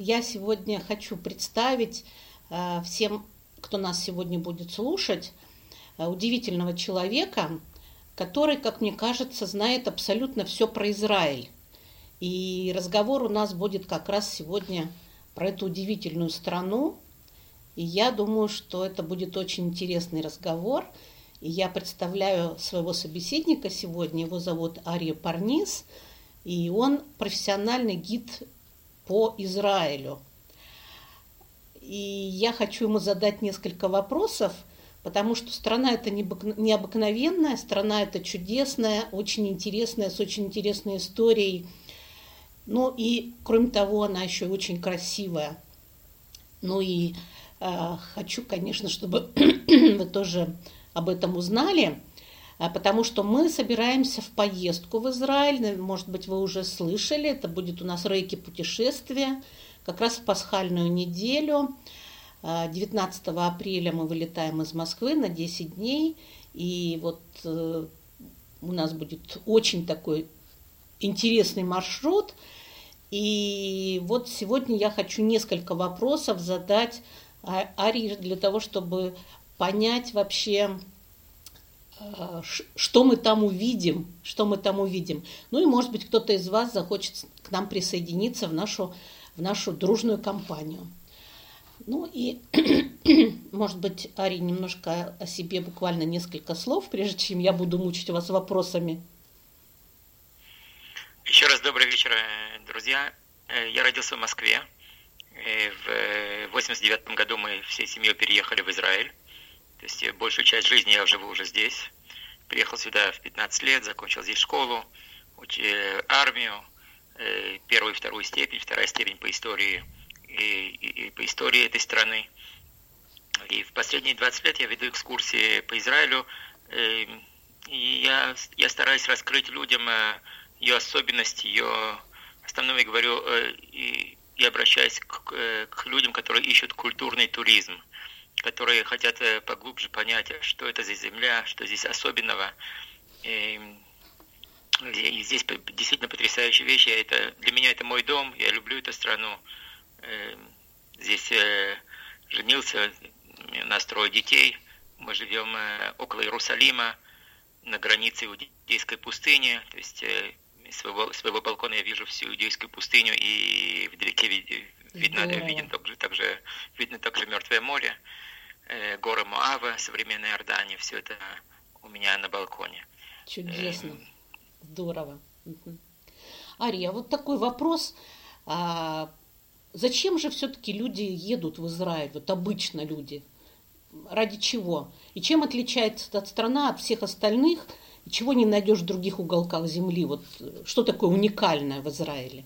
Я сегодня хочу представить всем, кто нас сегодня будет слушать, удивительного человека, который, как мне кажется, знает абсолютно все про Израиль. И разговор у нас будет как раз сегодня про эту удивительную страну. И я думаю, что это будет очень интересный разговор. И я представляю своего собеседника сегодня. Его зовут Арье Парнис. И он профессиональный гид по Израилю. И я хочу ему задать несколько вопросов, потому что страна эта необыкновенная, страна эта чудесная, очень интересная, с очень интересной историей. Ну и, кроме того, она еще очень красивая. Ну и хочу, конечно, чтобы вы тоже об этом узнали, потому что мы собираемся в поездку в Израиль. Может быть, вы уже слышали, это будет у нас рейки путешествия, как раз в пасхальную неделю. 19 апреля мы вылетаем из Москвы на 10 дней, и вот у нас будет очень такой интересный маршрут. И вот сегодня я хочу несколько вопросов задать Арии для того, чтобы понять вообще, что мы там увидим, Ну и, может быть, кто-то из вас захочет к нам присоединиться в нашу дружную компанию. Ну и, может быть, Ари, немножко о себе, буквально несколько слов, прежде чем я буду мучить вас вопросами. Еще раз добрый вечер, друзья. Я родился в Москве. В 89 году мы всей семьей переехали в Израиль. То есть большую часть жизни я живу уже здесь. Приехал сюда в 15 лет, закончил здесь школу, армию, первую и вторую степень, вторая степень по истории и по истории этой страны. И в последние 20 лет я веду экскурсии по Израилю. И я стараюсь раскрыть людям ее особенности, ее основном я говорю и обращаюсь к людям, которые ищут культурный туризм, которые хотят поглубже понять, что это за земля, что здесь особенного. И здесь действительно потрясающие вещи. Для меня это мой дом, я люблю эту страну. Здесь женился, у нас 3 детей. Мы живем около Иерусалима, на границе иудейской пустыни. То есть своего балкона я вижу всю иудейскую пустыню, и вдалеке видно также Мертвое море, горы Моава, современная Иордания. Все это у меня на балконе. Чудесно. Здорово. Ария, вот такой вопрос. Зачем же все-таки люди едут в Израиль, вот обычно люди? Ради чего? И чем отличается эта страна от всех остальных? И чего не найдешь в других уголках земли? Вот что такое уникальное в Израиле?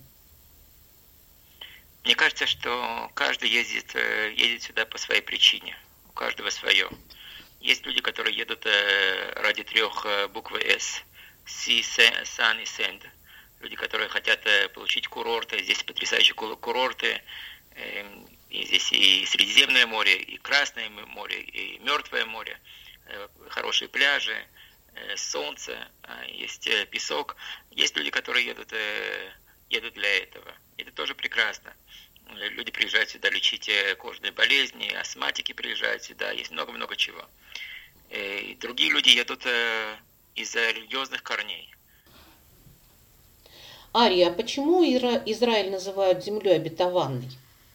Мне кажется, что каждый едет сюда по своей причине. У каждого свое. Есть люди, которые едут ради 3 букв «С». Sea, Sun и Sand. Люди, которые хотят получить курорты. Здесь потрясающие курорты. И здесь и Средиземное море, и Красное море, и Мертвое море. Хорошие пляжи, солнце, есть песок. Есть люди, которые едут для этого. Это тоже прекрасно. Люди приезжают сюда лечить кожные болезни, астматики приезжают сюда, есть много-много чего. И другие люди едут из-за религиозных корней. Ария, а почему Израиль называют землей обетованной?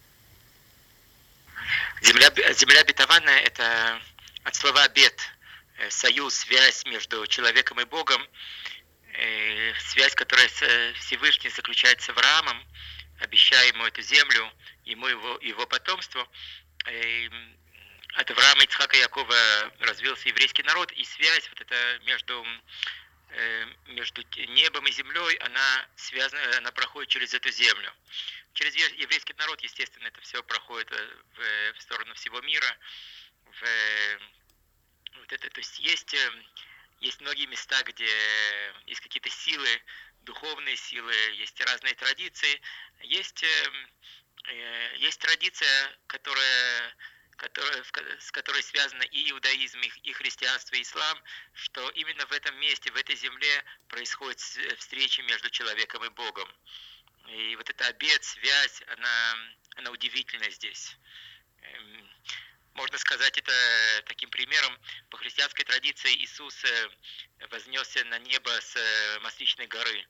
Земля обетованная – это от слова «бет», союз, связь между человеком и Богом, связь, которая Всевышний заключает с Авраамом, обещая ему эту землю, ему его потомству. От Авраама, Ицхака и Якова развился еврейский народ, и связь вот эта между небом и землей, она связана, она проходит через эту землю. Через еврейский народ, естественно, это все проходит в сторону всего мира. То есть есть многие места, где есть какие-то силы, духовные силы, есть разные традиции. Есть традиция, с которой связаны и иудаизм, и христианство, и ислам, что именно в этом месте, в этой земле происходит встреча между человеком и Богом. И вот эта обет, связь, она удивительна здесь. Можно сказать это таким примером. По христианской традиции Иисус вознесся на небо с Масличной горы.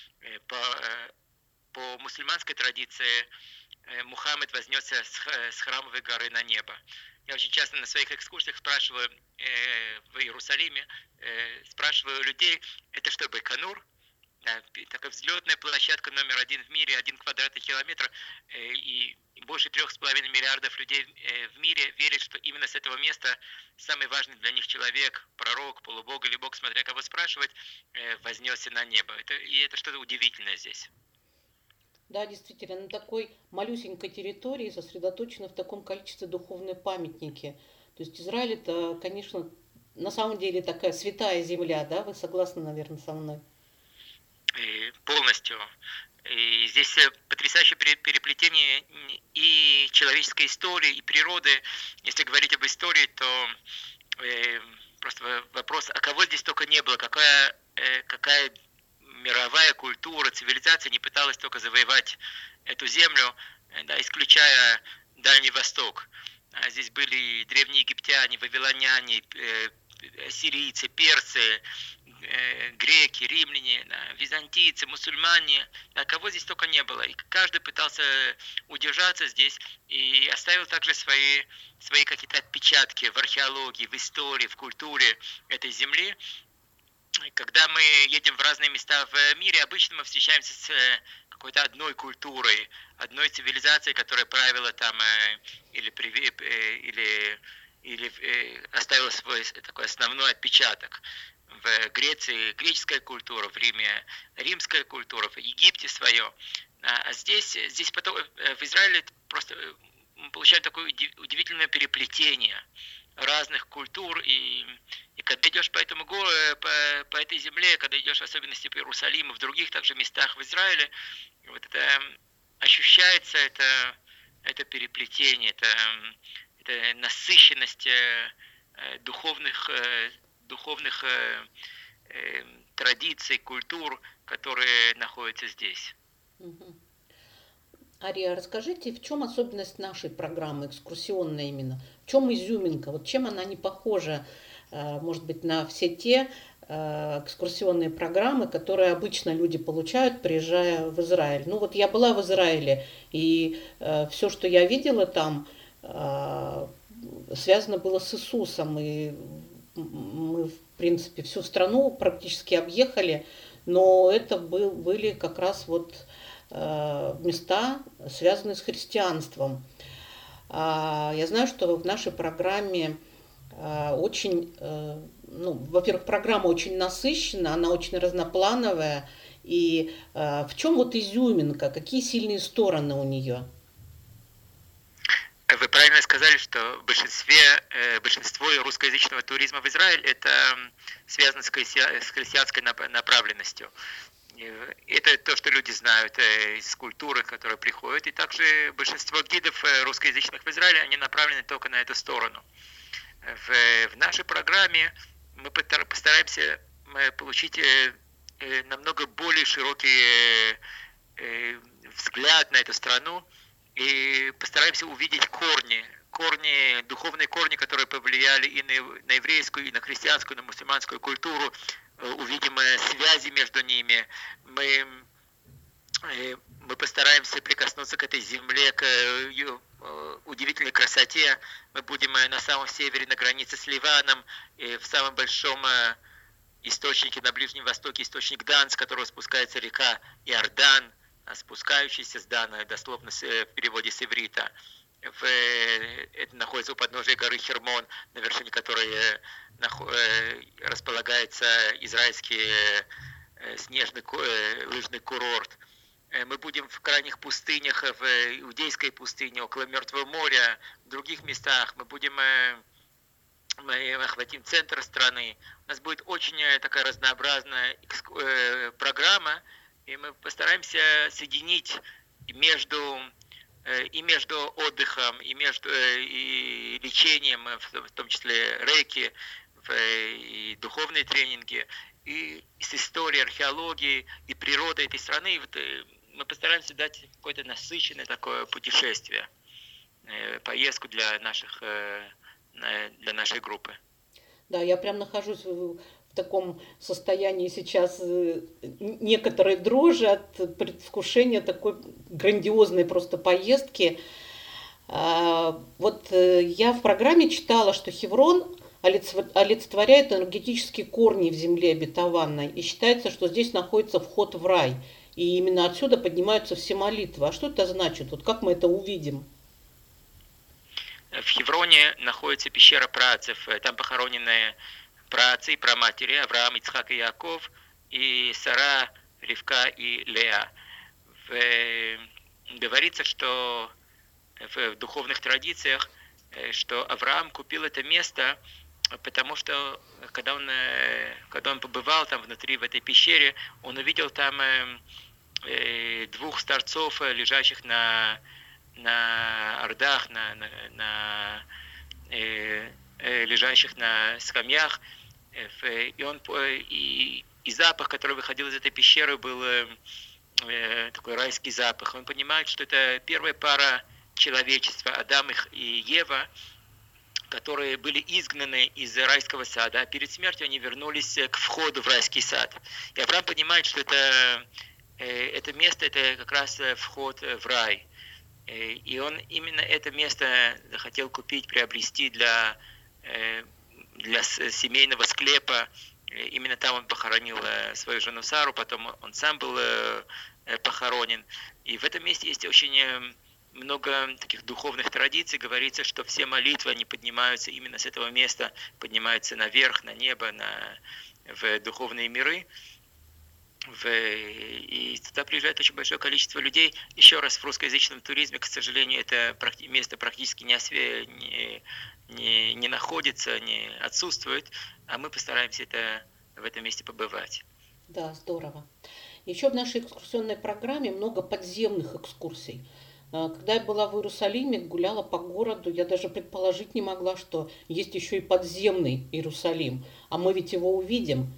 По мусульманской традиции Мухаммед вознесся с храмовой горы на небо. Я очень часто на своих экскурсиях спрашиваю в Иерусалиме, спрашиваю людей, это что, Байконур? Такая взлетная площадка номер 1 в мире, 1 квадратный километр, и больше 3,5 миллиардов людей в мире верят, что именно с этого места самый важный для них человек, пророк, полубог или бог, смотря кого спрашивать, вознесся на небо. И это что-то удивительное здесь. Да, действительно, на такой малюсенькой территории сосредоточены в таком количестве духовные памятники. То есть Израиль это, конечно, на самом деле такая святая земля, да? Вы согласны, наверное, со мной? Полностью. И здесь потрясающее переплетение и человеческой истории, и природы. Если говорить об истории, то просто вопрос, а кого здесь только не было, какая мировая культура, цивилизация не пыталась только завоевать эту землю, да, исключая Дальний Восток. Здесь были древние египтяне, вавилоняне, сирийцы, персы, греки, римляне, да, византийцы, мусульмане, да, кого здесь только не было. И каждый пытался удержаться здесь и оставил также свои какие-то отпечатки в археологии, в истории, в культуре этой земли. Когда мы едем в разные места в мире, обычно мы встречаемся с какой-то одной культурой, одной цивилизацией, которая правила там или оставила свой такой основной отпечаток. В Греции греческая культура, в Риме римская культура, в Египте свое. А здесь потом, в Израиле просто мы получаем такое удивительное переплетение разных культур, и когда идешь по этой земле, когда идешь в особенности по Иерусалиму, в других также местах в Израиле, вот это ощущается, это переплетение, это насыщенность духовных традиций, культур, которые находятся здесь. Ария, расскажите, в чем особенность нашей программы, экскурсионная именно? В чем изюминка? Вот чем она не похожа, может быть, на все те экскурсионные программы, которые обычно люди получают, приезжая в Израиль? Ну вот я была в Израиле, и все, что я видела там, связано было с Иисусом. И мы, в принципе, всю страну практически объехали, но это были как раз вот места, связанные с христианством. Я знаю, что в нашей программе очень, во-первых, программа очень насыщена, она очень разноплановая. И в чем вот изюминка, какие сильные стороны у нее? Вы правильно сказали, что большинство русскоязычного туризма в Израиль это связано с христианской направленностью. Это то, что люди знают из культуры, которая приходит. И также большинство гидов русскоязычных в Израиле, они направлены только на эту сторону. В нашей программе мы постараемся получить намного более широкий взгляд на эту страну и постараемся увидеть духовные корни, которые повлияли и на еврейскую, и на христианскую, и на мусульманскую культуру. Увидим связи между ними. Мы постараемся прикоснуться к этой земле, к ее удивительной красоте. Мы будем на самом севере, на границе с Ливаном, и в самом большом источнике на Ближнем Востоке, источник Дан, с которого спускается река Иордан, спускающийся с Дана, дословно в переводе с иврита. Это находится у подножия горы Хермон, на вершине которой располагается израильский снежный лыжный курорт. Мы будем в крайних пустынях, в Иудейской пустыне, около Мертвого моря, в других местах. Мы охватим центр страны. У нас будет очень такая разнообразная программа, и мы постараемся соединить между отдыхом, и лечением, в том числе рейки, и духовные тренинги, и с историей, археологией, и природой этой страны. мы постараемся дать какое-то насыщенное такое путешествие, поездку для нашей группы. Да, я прям нахожусь в таком состоянии сейчас некоторой дрожи от предвкушения такой грандиозной просто поездки. Вот я в программе читала, что Хеврон олицетворяет энергетические корни в земле обетованной. И считается, что здесь находится вход в рай. И именно отсюда поднимаются все молитвы. А что это значит? Вот как мы это увидим? В Хевроне находится пещера праотцев. Там похоронены праотцы и праматери Авраам, Ицхак и Яков, и Сара, Ривка и Леа. Говорится, что в духовных традициях, что Авраам купил это место, потому что когда он побывал там внутри, в этой пещере, он увидел там двух старцов, лежащих на ордах, лежащих на скамьях, и запах, который выходил из этой пещеры, был такой райский запах. Он понимает, что это первая пара человечества, Адам и Ева, которые были изгнаны из райского сада, а перед смертью они вернулись к входу в райский сад. И Авраам понимает, что это место, это как раз вход в рай. И он именно это место хотел купить, приобрести для семейного склепа. Именно там он похоронил свою жену Сару, потом он сам был похоронен. И в этом месте есть очень много таких духовных традиций. Говорится, что все молитвы, они поднимаются именно с этого места, поднимаются наверх, на небо, в духовные миры. И туда приезжает очень большое количество людей. Еще раз, в русскоязычном туризме, к сожалению, это место практически не находится, не отсутствует, а мы постараемся в этом месте побывать. Да, здорово. Еще в нашей экскурсионной программе много подземных экскурсий. Когда я была в Иерусалиме, гуляла по городу, я даже предположить не могла, что есть еще и подземный Иерусалим. А мы ведь его увидим.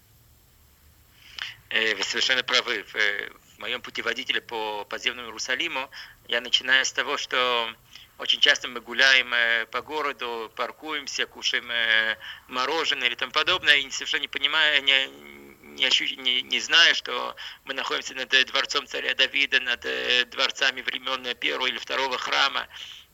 Вы совершенно правы. В моем путеводителе по подземному Иерусалиму я начинаю с того, что очень часто мы гуляем по городу, паркуемся, кушаем мороженое или тому подобное, и совершенно не понимая, не зная, что мы находимся над дворцом царя Давида, над дворцами времен первого или второго храма.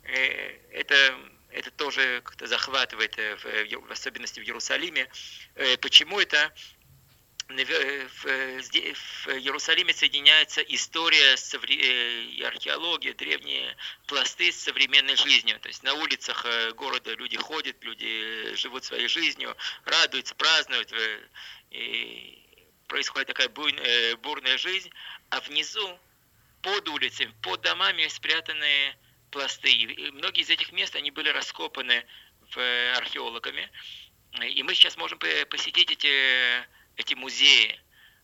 Это тоже как-то захватывает, в особенности в Иерусалиме. Почему это? В Иерусалиме соединяется история и археология, древние пласты с современной жизнью. То есть на улицах города люди ходят, люди живут своей жизнью, радуются, празднуют, и происходит такая бурная жизнь, а внизу, под улицами, под домами спрятаны пласты. И многие из этих мест, они были раскопаны археологами. И мы сейчас можем посетить эти музеи.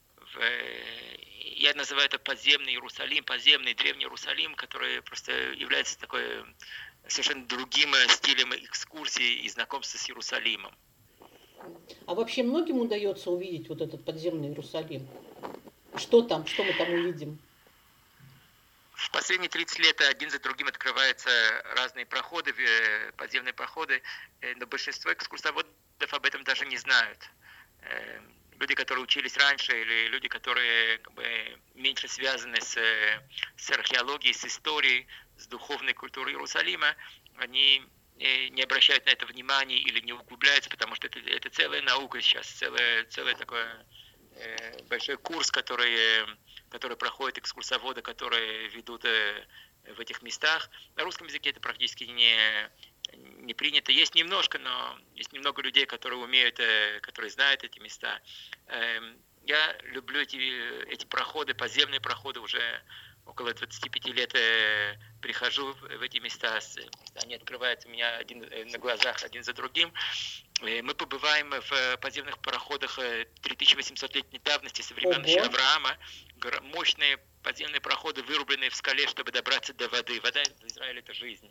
Я называю это подземный Иерусалим, подземный древний Иерусалим, который просто является такой совершенно другим стилем экскурсии и знакомства с Иерусалимом. А вообще многим удается увидеть вот этот подземный Иерусалим? Что мы там увидим? В последние 30 лет один за другим открываются разные проходы, подземные проходы, но большинство экскурсоводов об этом даже не знают. Люди, которые учились раньше, или люди, которые меньше связаны с археологией, с историей, с духовной культурой Иерусалима, они не обращают на это внимания или не углубляются, потому что это целая наука сейчас, целый такой большой курс, который проходят экскурсоводы, которые ведут в этих местах. На русском языке это практически не принято. Есть немножко, но есть немного людей, которые умеют, которые знают эти места. Я люблю эти проходы, подземные проходы, уже около 25 лет прихожу в эти места. Они открываются у меня на глазах один за другим. Мы побываем в подземных проходах 3800-летней давности со времен еще Авраама. Мощные подземные проходы, вырубленные в скале, чтобы добраться до воды. Вода в Израиле – это жизнь.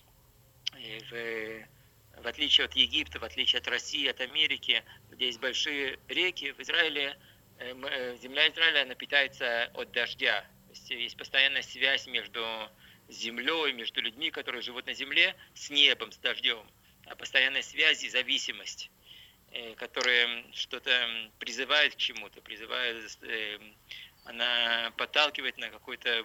В отличие от Египта, в отличие от России, от Америки, где есть большие реки, в Израиле, земля Израиля, она питается от дождя. То есть есть постоянная связь между землей, между людьми, которые живут на земле, с небом, с дождем. А постоянная связь и зависимость, которая что-то призывает к чему-то, она подталкивает на какой-то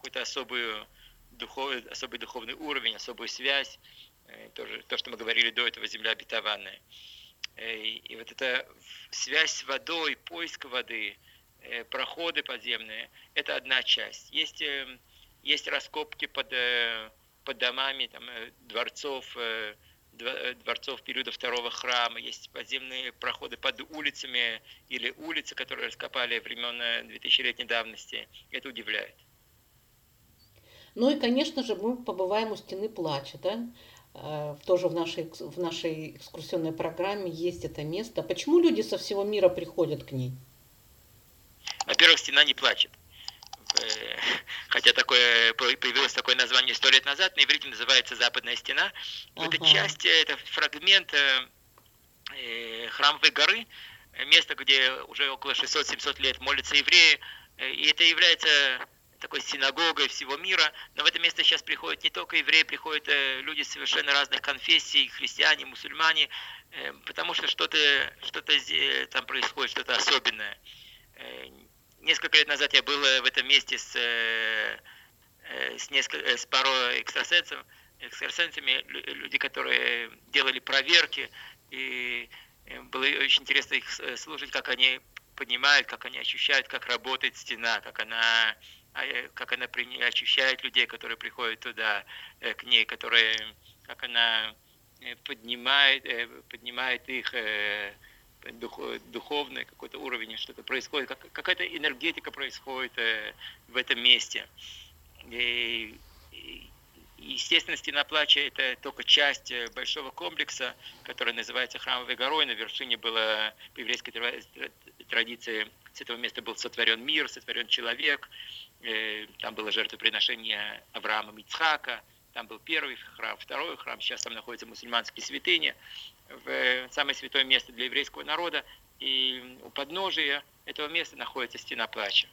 особый духовный уровень, особую связь, тоже то, что мы говорили до этого, земля обетованная. И вот эта связь с водой, поиск воды, проходы подземные, это одна часть. Есть раскопки под домами там, дворцов периода второго храма, есть подземные проходы под улицами или улицы, которые раскопали времен 2000-летней давности. Это удивляет. Ну и, конечно же, мы побываем у стены плача, да? Тоже в нашей экскурсионной программе есть это место. Почему люди со всего мира приходят к ней? Во-первых, стена не плачет. Хотя появилось такое название 100 лет назад, на иврите называется Западная стена. Это часть, это фрагмент Храмовой горы, место, где уже около 600-700 лет молятся евреи. И это является такой синагогой всего мира. Но в это место сейчас приходят не только евреи, приходят люди совершенно разных конфессий, христиане, мусульмане, потому что что-то там происходит, что-то особенное. Несколько лет назад я был в этом месте с парой экстрасенсами, люди, которые делали проверки, и было очень интересно их слушать, как они понимают, как они ощущают, как работает стена, как она ощущает людей, которые приходят туда, к ней, как она поднимает их духовный какой-то уровень, что-то происходит, какая-то энергетика происходит в этом месте. И, естественно, стена плача – это только часть большого комплекса, который называется Храмовой горой. На вершине было, по еврейской традиции, с этого места был сотворен мир, сотворен человек. Там было жертвоприношение Авраама Ицхака. Там был первый храм, второй храм. Сейчас там находятся мусульманские святыни. В самое святое место для еврейского народа. И у подножия этого места находится стена плача.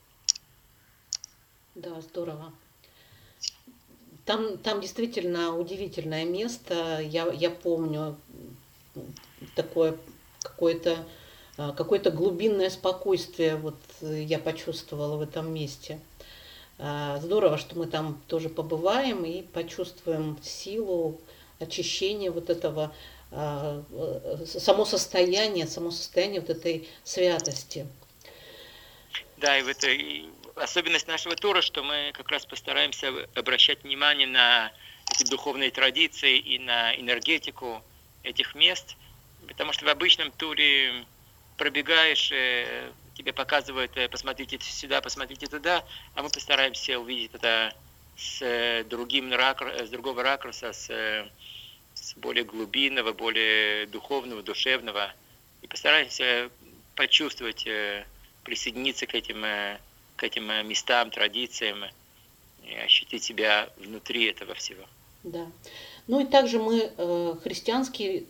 Да, здорово. Там действительно удивительное место. Я помню такое какое-то глубинное спокойствие вот я почувствовала в этом месте. Здорово, что мы там тоже побываем и почувствуем силу очищения вот этого, само состояние вот этой святости. Да, и это особенность нашего тура, что мы как раз постараемся обращать внимание на эти духовные традиции и на энергетику этих мест, потому что в обычном туре пробегаешь, тебе показывают, посмотрите сюда, посмотрите туда, а мы постараемся увидеть это с другого ракурса, с более глубинного, более духовного, душевного, и постараемся почувствовать, присоединиться к этим местам, традициям, и ощутить себя внутри этого всего. Да. Ну и также мы христианские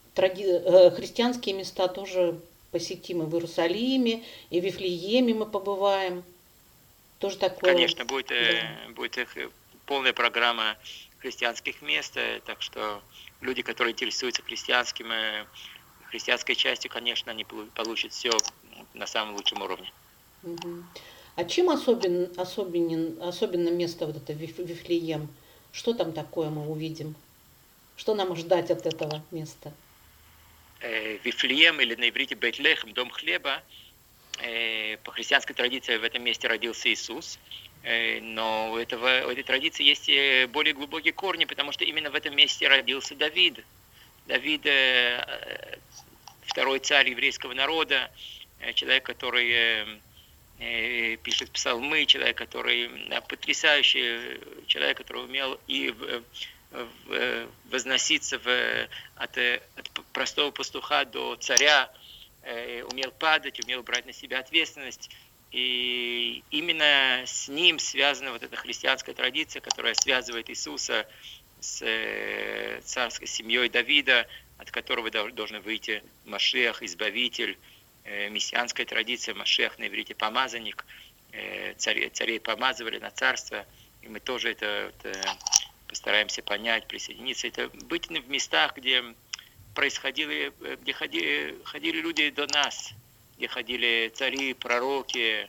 места тоже посетим и в Иерусалиме, и в Вифлееме мы побываем. Тоже такое. Конечно, будет их полная программа христианских мест, так что люди, которые интересуются христианской частью, конечно, они получат все на самом лучшем уровне. Угу. А чем особенно место вот это Вифлеем? Что там такое мы увидим? Что нам ждать от этого места? Вифлеем, или на иврите Бейт-Лехем, дом хлеба, по христианской традиции в этом месте родился Иисус, но у этой традиции есть более глубокие корни, потому что именно в этом месте родился Давид. Давид, второй царь еврейского народа, человек, который пишет псалмы, человек, который потрясающий, человек, который умел и возноситься от простого пастуха до царя, умел падать, умел брать на себя ответственность. И именно с ним связана вот эта христианская традиция, которая связывает Иисуса с царской семьей Давида, от которого должен выйти Машиах, Избавитель, мессианская традиция, Машиах на иврите помазанник, царей помазывали на царство, и мы тоже это постараемся понять, присоединиться. Это быть в местах, где где ходили люди до нас, где ходили цари, пророки,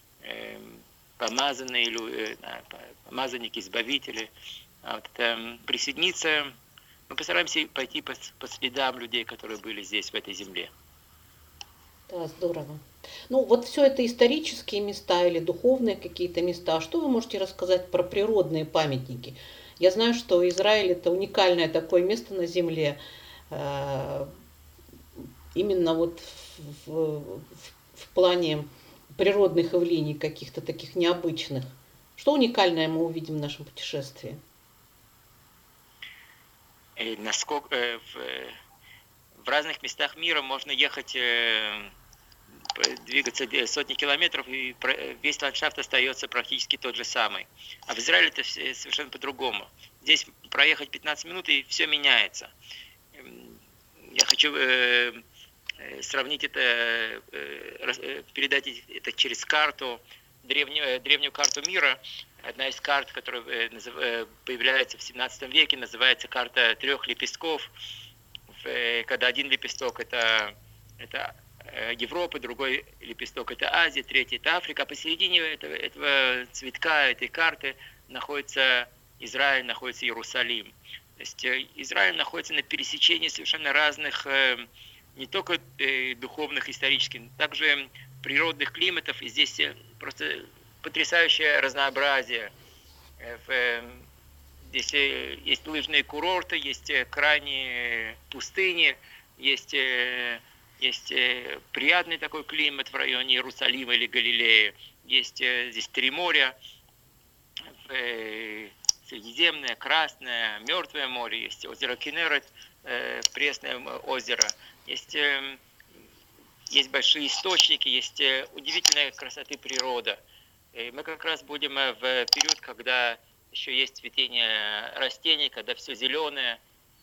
помазанники, избавители. Присоединиться, мы постараемся пойти по следам людей, которые были здесь, в этой земле. Да, здорово. Ну, вот все это исторические места или духовные какие-то места. Что вы можете рассказать про природные памятники? Я знаю, что Израиль это уникальное такое место на земле, именно вот в плане природных явлений каких-то таких необычных. Что уникальное мы увидим в нашем путешествии? В разных местах мира можно ехать, двигаться сотни километров, и весь ландшафт остается практически тот же самый. А в Израиле это совершенно по-другому. Здесь проехать 15 минут, и все меняется. Я хочу сравнить это, передать это через карту, древнюю карту мира. Одна из карт, которая появляется в 17 веке, называется карта 3 лепестков. Когда один лепесток это Европа, другой лепесток это Азия, третий это Африка. А посередине этого цветка, этой карты находится Израиль, находится Иерусалим. То есть Израиль находится на пересечении совершенно разных, не только духовных, исторических, но также природных климатов. И здесь просто потрясающее разнообразие. Здесь есть лыжные курорты, есть крайние пустыни, есть приятный такой климат в районе Иерусалима или Галилеи. Есть здесь 3 моря. Средиземное, Красное, Мертвое море, есть озеро Кенерет, пресное озеро, есть большие источники, есть удивительная красоты природа. И мы как раз будем в период, когда еще есть цветение растений, когда все зеленое,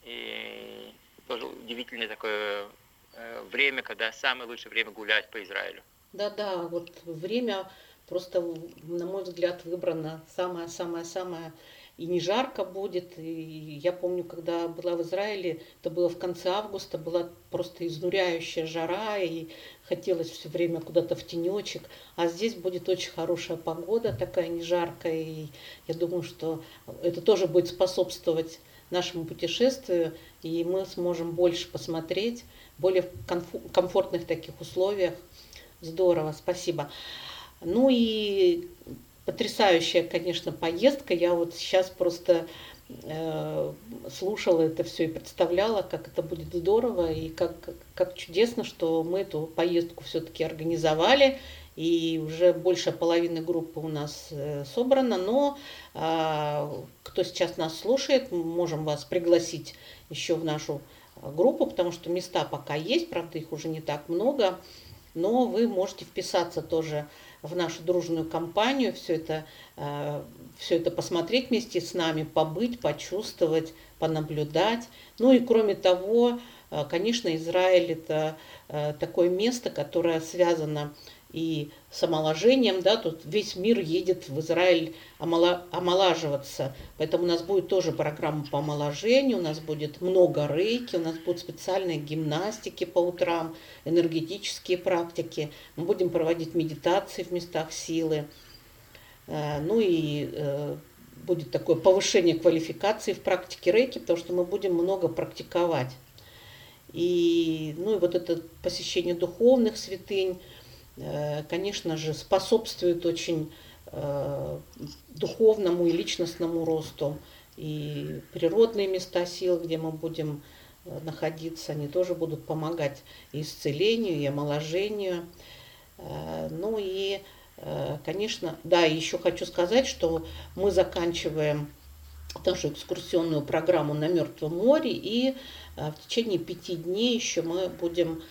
и тоже удивительное такое время, когда самое лучшее время гулять по Израилю. Да, вот время просто, на мой взгляд, выбрано самое-самое-самое. И не жарко будет. И я помню, когда была в Израиле, это было в конце августа, была просто изнуряющая жара, и хотелось все время куда-то в тенечек. А здесь будет очень хорошая погода, такая не жаркая. И я думаю, что это тоже будет способствовать нашему путешествию, и мы сможем больше посмотреть, более в комфортных таких условиях. Здорово, спасибо. Ну и потрясающая, конечно, поездка. Я вот сейчас просто слушала это все и представляла, как это будет здорово, и как чудесно, что мы эту поездку все-таки организовали, и уже больше половины группы у нас собрана. Но кто сейчас нас слушает, мы можем вас пригласить еще в нашу группу, потому что места пока есть, правда, их уже не так много, но вы можете вписаться тоже в нашу дружную компанию, все это посмотреть вместе с нами, побыть, почувствовать, понаблюдать. Ну и кроме того, конечно, Израиль это такое место, которое связано и с омоложением, да, тут весь мир едет в Израиль омолаживаться, поэтому у нас будет тоже программа по омоложению, у нас будет много рейки, у нас будут специальные гимнастики по утрам, энергетические практики, мы будем проводить медитации в местах силы, ну и будет такое повышение квалификации в практике рейки, потому что мы будем много практиковать. И вот это посещение духовных святынь, конечно же, способствует очень духовному и личностному росту. И природные места сил, где мы будем находиться, они тоже будут помогать и исцелению, и омоложению. Ну и, конечно, да, еще хочу сказать, что мы заканчиваем нашу экскурсионную программу на Мертвом море, и в течение 5 дней еще мы будем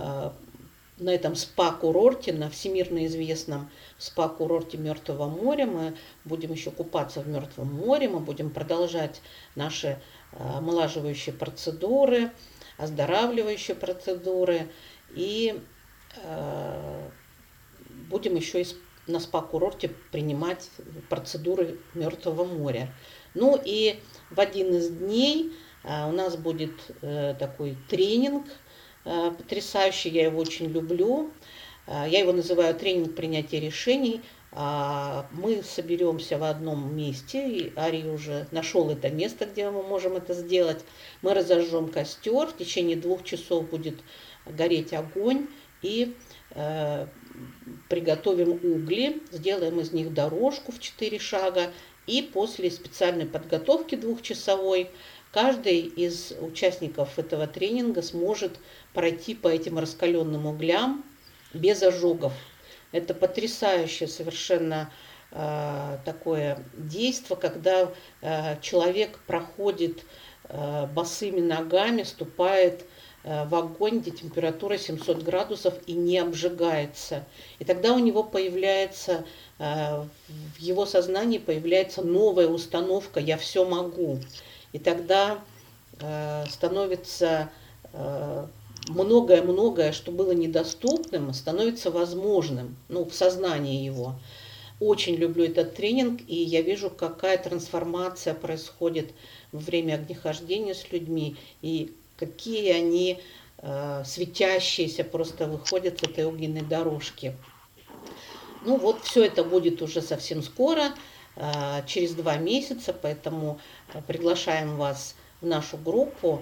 на этом спа-курорте, на всемирно известном спа-курорте Мертвого моря. Мы будем еще купаться в Мертвом море, мы будем продолжать наши омолаживающие процедуры, оздоравливающие процедуры, и будем еще на спа-курорте принимать процедуры Мертвого моря. Ну и в один из дней у нас будет такой тренинг потрясающий, я его очень люблю. Я его называю тренинг принятия решений. Мы соберемся в одном месте, и Арий уже нашел это место, где мы можем это сделать. Мы разожжем костер, в течение 2 часов будет гореть огонь, и приготовим угли, сделаем из них дорожку в 4 шага, и после специальной подготовки 2-часовой каждый из участников этого тренинга сможет пройти по этим раскаленным углям без ожогов. Это потрясающее совершенно такое действие, когда человек проходит босыми ногами, ступает в огонь, где температура 700 градусов и не обжигается. И тогда у него появляется, в его сознании появляется новая установка «я все могу». И тогда становится многое-многое, что было недоступным, становится возможным, в сознании его. Очень люблю этот тренинг, и я вижу, какая трансформация происходит во время огнехождения с людьми, и какие они светящиеся просто выходят с этой огненной дорожки. Все это будет уже совсем скоро, через 2 месяца, поэтому приглашаем вас в нашу группу.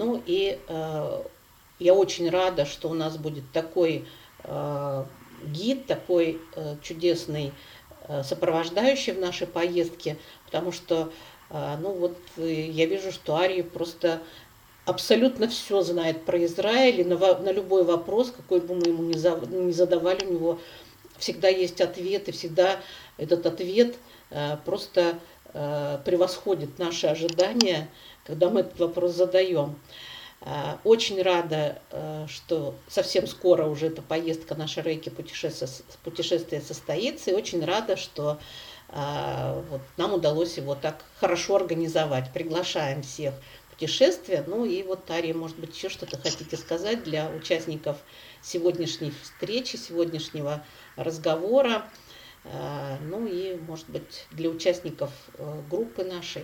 Я очень рада, что у нас будет такой гид, такой чудесный сопровождающий в нашей поездке, потому что я вижу, что Арий просто абсолютно все знает про Израиль, и на любой вопрос, какой бы мы ему ни задавали, у него всегда есть ответ, и всегда этот ответ просто превосходит наши ожидания, когда мы этот вопрос задаем. Очень рада, что совсем скоро уже эта поездка наша Рейки путешествие состоится, и очень рада, что нам удалось его так хорошо организовать. Приглашаем всех в путешествие. Ария, может быть, еще что-то хотите сказать для участников сегодняшней встречи, сегодняшнего разговора, и, может быть, для участников группы нашей.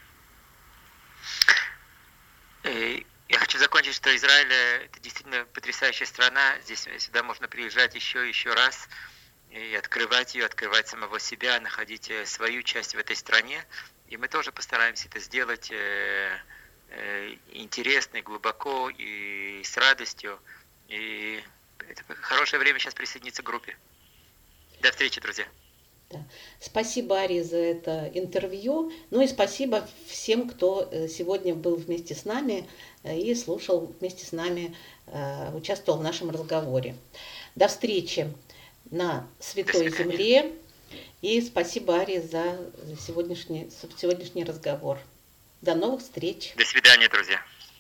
Я хочу закончить, что Израиль – это действительно потрясающая страна. Здесь сюда можно приезжать еще и еще раз и открывать ее, открывать самого себя, находить свою часть в этой стране. И мы тоже постараемся это сделать интересно, глубоко и с радостью. И это хорошее время сейчас присоединиться к группе. До встречи, друзья. Да. Спасибо, Арий, за это интервью. И спасибо всем, кто сегодня был вместе с нами и слушал вместе с нами, участвовал в нашем разговоре. До встречи на Святой Земле. И спасибо, Арий, за сегодняшний разговор. До новых встреч. До свидания, друзья.